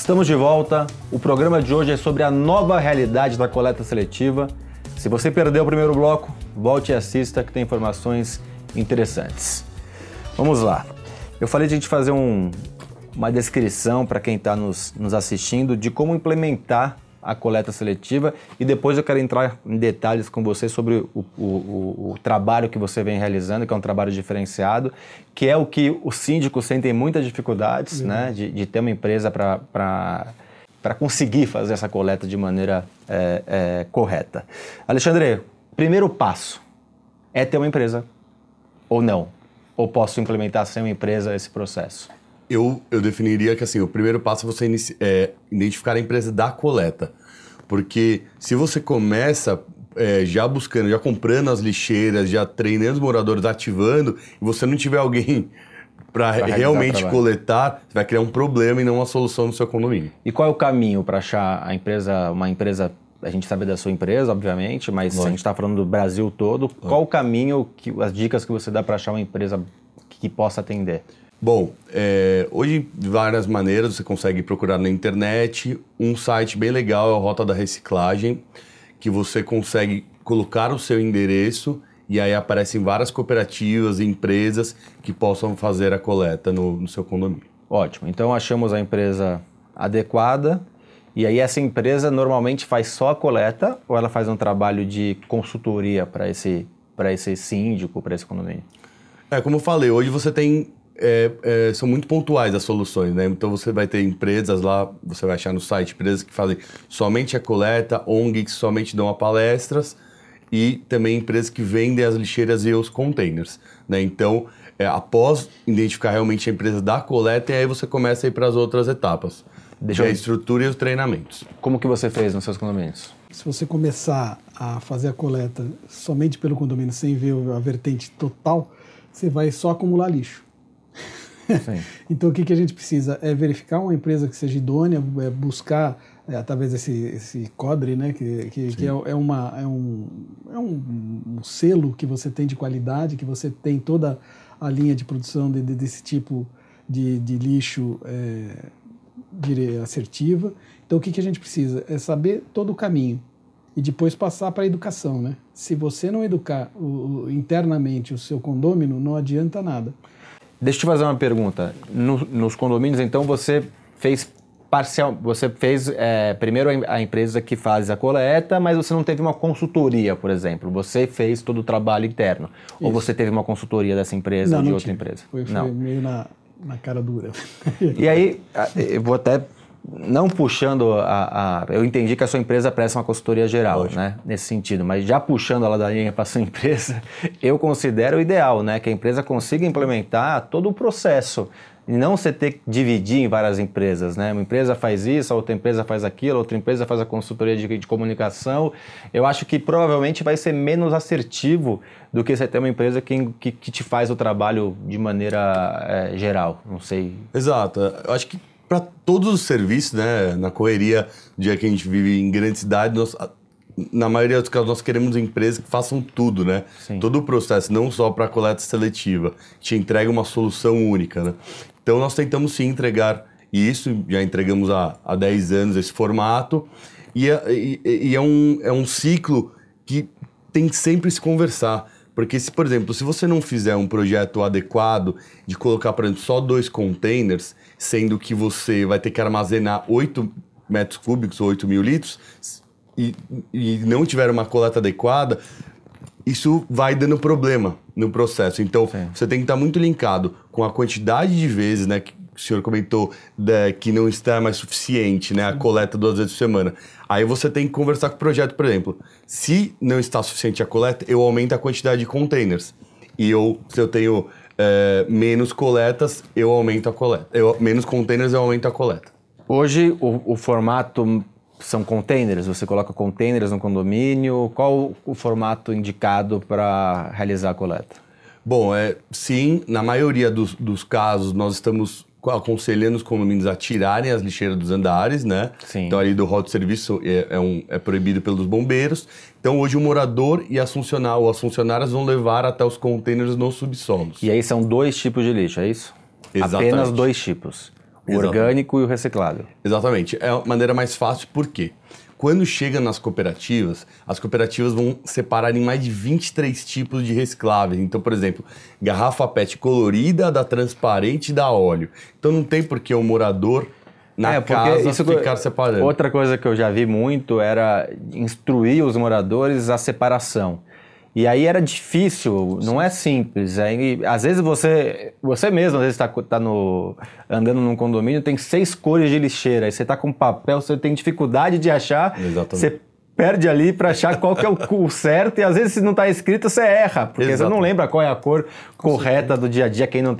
Estamos de volta. O programa de hoje é sobre a nova realidade da coleta seletiva. Se você perdeu o primeiro bloco, volte e assista que tem informações interessantes. Vamos lá. Eu falei de a gente fazer uma descrição para quem está nos assistindo de como implementar a coleta seletiva e depois eu quero entrar em detalhes com você sobre o trabalho que você vem realizando, que é um trabalho diferenciado, que é o que os síndicos sentem muitas dificuldades, né, de ter uma empresa para conseguir fazer essa coleta de maneira correta. Alexandre, primeiro passo é ter uma empresa ou não? Ou posso implementar sem uma empresa esse processo? Eu definiria que assim, o primeiro passo é você identificar a empresa da coleta. Porque se você começa já buscando, já comprando as lixeiras, já treinando os moradores, ativando, e você não tiver alguém para realmente coletar, você vai criar um problema e não uma solução no seu condomínio. E qual é o caminho para achar uma empresa? A gente sabe da sua empresa, obviamente, mas a gente está falando do Brasil todo. Qual o caminho, as dicas que você dá para achar uma empresa que possa atender? Bom, hoje de várias maneiras você consegue procurar na internet. Um site bem legal é o Rota da Reciclagem, que você consegue colocar o seu endereço e aí aparecem várias cooperativas e empresas que possam fazer a coleta no seu condomínio. Ótimo, então achamos a empresa adequada e aí essa empresa normalmente faz só a coleta ou ela faz um trabalho de consultoria para esse síndico, para esse condomínio? Como eu falei, hoje você tem... são muito pontuais as soluções, né? Então você vai ter empresas lá, você vai achar no site empresas que fazem somente a coleta, ONG que somente dão a palestras e também empresas que vendem as lixeiras e os containers, né? Então, após identificar realmente a empresa da coleta, e aí você começa a ir para as outras etapas, a estrutura e os treinamentos. Como que você fez nos seus condomínios? Se você começar a fazer a coleta somente pelo condomínio, sem ver a vertente total, você vai só acumular lixo. Então o que a gente precisa é verificar uma empresa que seja idônea, buscar através desse CODRE, né, que é um selo que você tem de qualidade, que você tem toda a linha de produção desse tipo de lixo assertiva. Então o que a gente precisa é saber todo o caminho e depois passar para a educação, né? Se você não educar internamente o seu condômino, não adianta nada. Deixa eu te fazer uma pergunta. Nos condomínios, então, você fez primeiro a empresa que faz a coleta, mas você não teve uma consultoria, por exemplo. Você fez todo o trabalho interno. Isso. Ou você teve uma consultoria dessa empresa ou de outra empresa? Foi meio na cara dura. E aí, eu vou até... Não puxando eu entendi que a sua empresa presta uma consultoria geral, né, nesse sentido, mas já puxando ela da linha para a sua empresa, eu considero o ideal, né, que a empresa consiga implementar todo o processo e não você ter que dividir em várias empresas, né? Uma empresa faz isso, a outra empresa faz aquilo, a outra empresa faz a consultoria de comunicação. Eu acho que provavelmente vai ser menos assertivo do que você ter uma empresa que te faz o trabalho de maneira geral, não sei. Exato, eu acho que para todos os serviços, né, na correria do dia que a gente vive em grande cidade, na maioria dos casos nós queremos empresas que façam tudo, né? Sim. Todo o processo, não só para a coleta seletiva, te entrega uma solução única, né? Então nós tentamos sim entregar isso, já entregamos há 10 anos esse formato, e é um ciclo que tem que sempre se conversar. Porque, por exemplo, se você não fizer um projeto adequado de colocar, por exemplo, só 2 containers, sendo que você vai ter que armazenar 8 metros cúbicos ou 8 mil litros, e não tiver uma coleta adequada, isso vai dando problema no processo. Então, você tem que estar muito linkado com a quantidade de vezes, né, que o senhor comentou que não está mais suficiente, né, a coleta 2 vezes por semana. Aí você tem que conversar com o projeto, por exemplo. Se não está suficiente a coleta, eu aumento a quantidade de containers. E se eu tenho menos coletas, eu aumento a coleta. Menos containers, eu aumento a coleta. Hoje, o formato são containers? Você coloca containers no condomínio? Qual o formato indicado para realizar a coleta? Bom, sim, na maioria dos casos, nós estamos aconselhando os condomínios a tirarem as lixeiras dos andares, né? Sim. Então ali do rol de serviço é proibido pelos bombeiros. Então hoje o morador e as funcionárias vão levar até os containers nos subsolos. E aí são 2 tipos de lixo, é isso? Exatamente. Apenas 2 tipos. O orgânico e o reciclável. Exatamente. É a maneira mais fácil, por quê? Quando chega nas cooperativas, as cooperativas vão separar em mais de 23 tipos de recicláveis. Então, por exemplo, garrafa PET colorida, da transparente e da óleo. Então não tem por que o morador na casa ficar separando. Outra coisa que eu já vi muito era instruir os moradores a separação. E aí era difícil, não é simples. Aí, às vezes você mesmo, às vezes está andando num condomínio, tem 6 cores de lixeira, aí você está com papel, você tem dificuldade de achar, Exatamente. Você perde ali para achar qual que é o certo, e às vezes se não está escrito, você erra, porque Exatamente. Você não lembra qual é a cor correta do dia a dia, quem não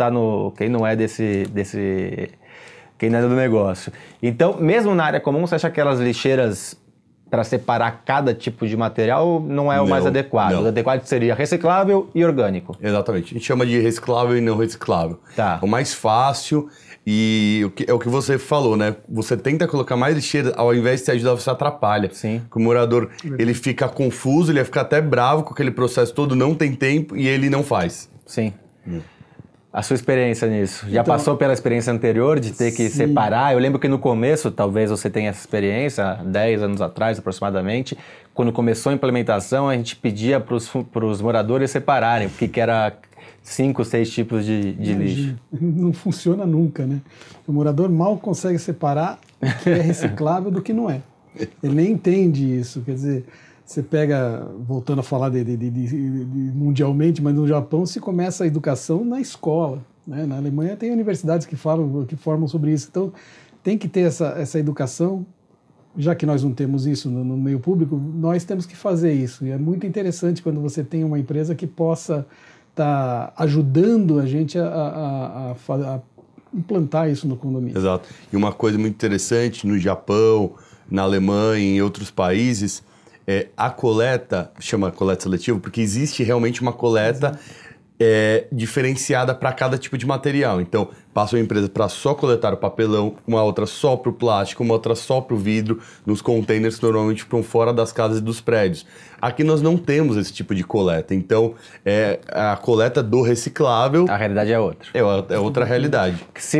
é do negócio. Então, mesmo na área comum, você acha que aquelas lixeiras para separar cada tipo de material não é o mais adequado. Não. O adequado seria reciclável e orgânico. Exatamente. A gente chama de reciclável e não reciclável. Tá. O mais fácil e é o que você falou, né? Você tenta colocar mais lixeira, ao invés de te ajudar, você atrapalha. Sim. Porque o morador, ele fica confuso, ele vai ficar até bravo com aquele processo todo, não tem tempo e ele não faz. Sim. A sua experiência nisso? Já passou pela experiência anterior de ter que separar? Eu lembro que no começo, talvez você tenha essa experiência, 10 anos atrás aproximadamente, quando começou a implementação, a gente pedia para os moradores separarem, porque era 5, 6 tipos de lixo. Não funciona nunca, né? O morador mal consegue separar o que é reciclável do que não é. Ele nem entende isso, quer dizer... Você pega, voltando a falar de mundialmente, mas no Japão se começa a educação na escola. Né? Na Alemanha tem universidades que formam sobre isso. Então tem que ter essa educação. Já que nós não temos isso no meio público, nós temos que fazer isso. E é muito interessante quando você tem uma empresa que possa estar ajudando a gente a implantar isso no condomínio. Exato. E uma coisa muito interessante, no Japão, na Alemanha e em outros países... a coleta, chama coleta seletiva, porque existe realmente uma coleta diferenciada para cada tipo de material. Então, passa uma empresa para só coletar o papelão, uma outra só para o plástico, uma outra só para o vidro, nos containers que normalmente ficam fora das casas e dos prédios. Aqui nós não temos esse tipo de coleta, então a coleta do reciclável... A realidade é outra. É outra realidade.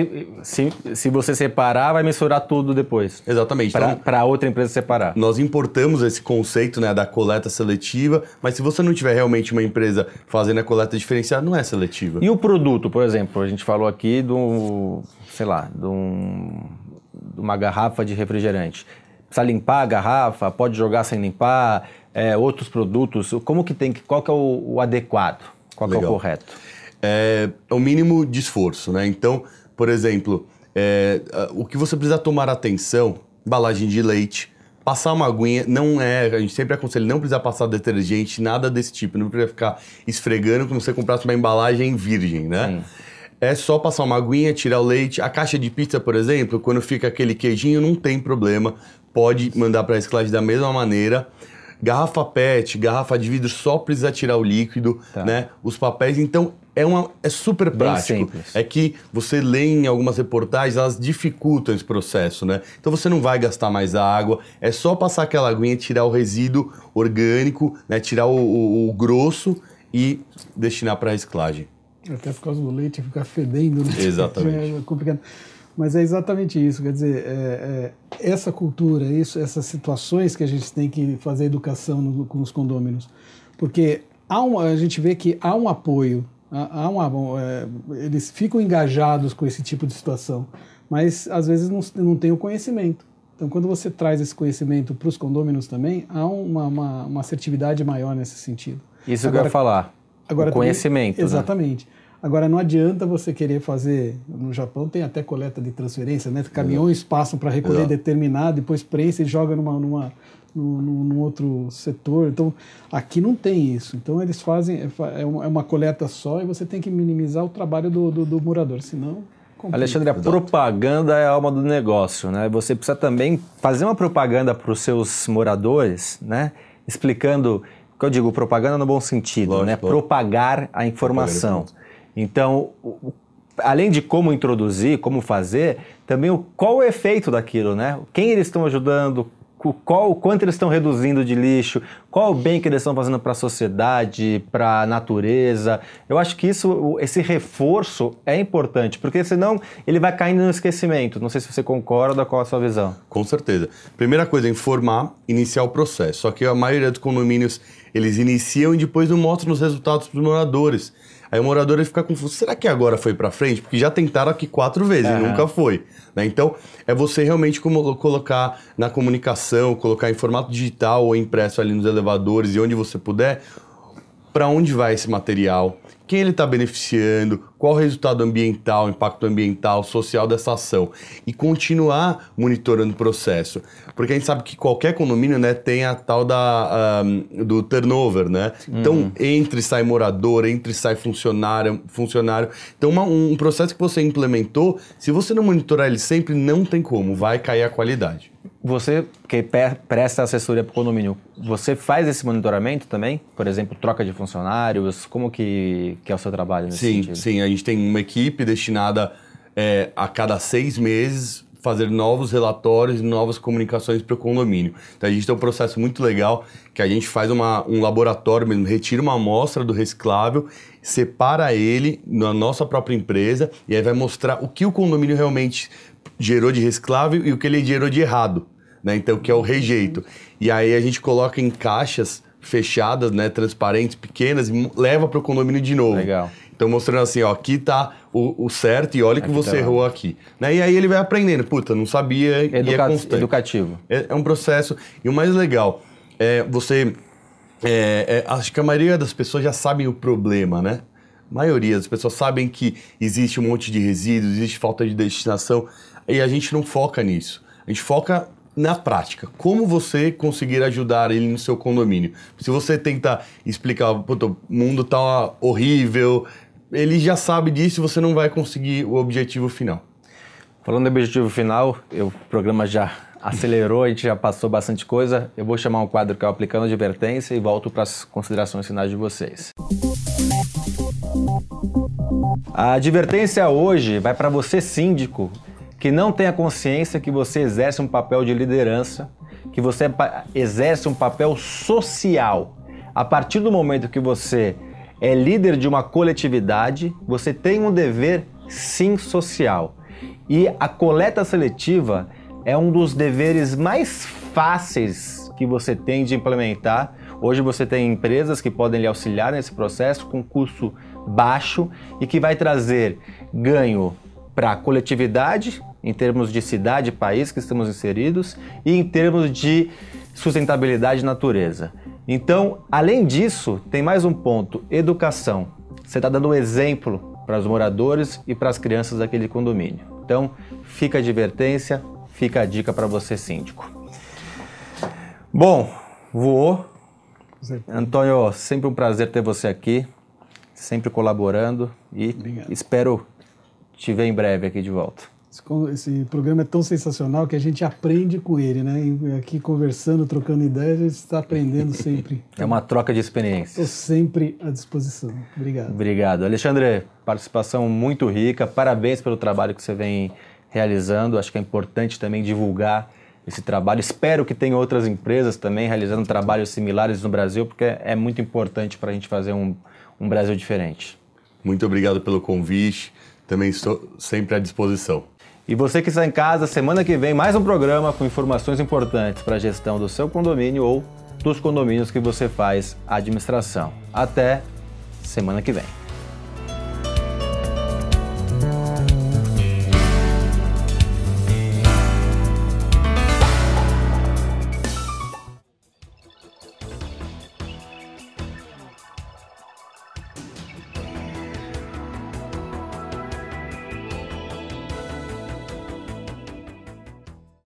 Se você separar, vai misturar tudo depois. Exatamente. Para outra empresa separar. Nós importamos esse conceito, né, da coleta seletiva, mas se você não tiver realmente uma empresa fazendo a coleta diferenciada, não é seletiva. E o produto, por exemplo, a gente falou aqui de uma garrafa de refrigerante. Precisa limpar a garrafa, pode jogar sem limpar, outros produtos. Qual que é o adequado? Qual que é o correto? É o mínimo de esforço, né? Então, por exemplo, o que você precisa tomar atenção, embalagem de leite, passar uma aguinha, a gente sempre aconselha, não precisa passar detergente, nada desse tipo, não precisa ficar esfregando como se você comprasse uma embalagem virgem, né? Sim. É só passar uma aguinha, tirar o leite. A caixa de pizza, por exemplo, quando fica aquele queijinho, não tem problema. Pode mandar para a reciclagem da mesma maneira. Garrafa PET, garrafa de vidro, só precisa tirar o líquido, né? Os papéis, então é super prático. Simples. É que você lê em algumas reportagens, elas dificultam esse processo, né? Então você não vai gastar mais água, é só passar aquela aguinha, tirar o resíduo orgânico, né? Tirar o grosso e destinar para a reciclagem. Até por causa do leite ficar fedendo, né? Exatamente. É complicado. Mas é exatamente isso, quer dizer, essa cultura, essas situações que a gente tem que fazer educação nos condôminos. Porque a gente vê que há um apoio, eles ficam engajados com esse tipo de situação, mas às vezes não tem o conhecimento. Então, quando você traz esse conhecimento para os condôminos também, há uma assertividade maior nesse sentido. Isso que eu ia falar. Agora, o conhecimento. Exatamente. Né? Agora, não adianta você querer fazer... No Japão tem até coleta de transferência, né? Caminhões passam para recolher determinado, depois prensa e joga num outro setor. Então, aqui não tem isso. Então, eles fazem... É uma coleta só e você tem que minimizar o trabalho do morador, senão... complica. Alexandre, a propaganda é a alma do negócio, né? Você precisa também fazer uma propaganda para os seus moradores, né? Explicando... O que eu digo, propaganda no bom sentido, lógico, né? Propagar a informação. Então, além de como introduzir, como fazer, também qual o efeito daquilo, né? Quem eles estão ajudando, quanto eles estão reduzindo de lixo, qual o bem que eles estão fazendo para a sociedade, para a natureza. Eu acho que esse reforço é importante, porque senão ele vai caindo no esquecimento. Não sei se você concorda, qual a sua visão. Com certeza. Primeira coisa, informar, iniciar o processo. Só que a maioria dos condomínios, eles iniciam e depois não mostram os resultados para os moradores. Aí o morador fica confuso, será que agora foi para frente? Porque já tentaram aqui 4 vezes e nunca foi. Né? Então, é você realmente colocar na comunicação, colocar em formato digital ou impresso ali nos elevadores e onde você puder, para onde vai esse material, quem ele está beneficiando, qual o resultado ambiental, impacto ambiental, social dessa ação. E continuar monitorando o processo. Porque a gente sabe que qualquer condomínio, né, tem a tal do turnover, né? Então, entra e sai morador, entra e sai funcionário. Então, um processo que você implementou, se você não monitorar ele sempre, não tem como, vai cair a qualidade. Você que presta assessoria para o condomínio, você faz esse monitoramento também? Por exemplo, troca de funcionários? Como que é o seu trabalho nesse sentido? Sim, a gente tem uma equipe destinada a cada 6 meses fazer novos relatórios e novas comunicações para o condomínio. Então a gente tem um processo muito legal que a gente faz um laboratório mesmo, retira uma amostra do reciclável, separa ele na nossa própria empresa e aí vai mostrar o que o condomínio realmente gerou de reciclável e o que ele gerou de errado, né? Então, que é o rejeito. E aí a gente coloca em caixas fechadas, né, transparentes, pequenas, e leva para o condomínio de novo. Legal. Então, mostrando assim, ó, aqui tá o certo e olha que você errou aqui. Né? E aí ele vai aprendendo. Puta, não sabia e é constante. Educativo. É um processo. E o mais legal acho que a maioria das pessoas já sabem o problema, né? A maioria das pessoas sabem que existe um monte de resíduos, existe falta de destinação, e a gente não foca nisso. A gente foca na prática. Como você conseguir ajudar ele no seu condomínio? Se você tentar explicar, puta, o mundo tá horrível, ele já sabe disso e você não vai conseguir o objetivo final. Falando do objetivo final, o programa já acelerou, a gente já passou bastante coisa. Eu vou chamar um quadro que é o Aplicando Advertência e volto para as considerações finais de vocês. A advertência hoje vai para você, síndico, que não tem a consciência que você exerce um papel de liderança, que você exerce um papel social. A partir do momento que você é líder de uma coletividade, você tem um dever, sim, social. E a coleta seletiva é um dos deveres mais fáceis que você tem de implementar. Hoje você tem empresas que podem lhe auxiliar nesse processo com custo baixo e que vai trazer ganho para a coletividade, em termos de cidade e país que estamos inseridos, e em termos de sustentabilidade e natureza. Então, além disso, tem mais um ponto, educação. Você está dando um exemplo para os moradores e para as crianças daquele condomínio. Então, fica a advertência, fica a dica para você, síndico. Bom, voou. Antônio, sempre um prazer ter você aqui, sempre colaborando e Obrigado. Espero te ver em breve aqui de volta. Esse programa é tão sensacional que a gente aprende com ele, né? E aqui conversando, trocando ideias, a gente está aprendendo sempre. É uma troca de experiências. Estou sempre à disposição. Obrigado. Obrigado. Alexandre, participação muito rica. Parabéns pelo trabalho que você vem realizando. Acho que é importante também divulgar esse trabalho. Espero que tenha outras empresas também realizando trabalhos similares no Brasil, porque é muito importante para a gente fazer um Brasil diferente. Muito obrigado pelo convite. Também estou sempre à disposição. E você que está em casa, semana que vem, mais um programa com informações importantes para a gestão do seu condomínio ou dos condomínios que você faz a administração. Até semana que vem.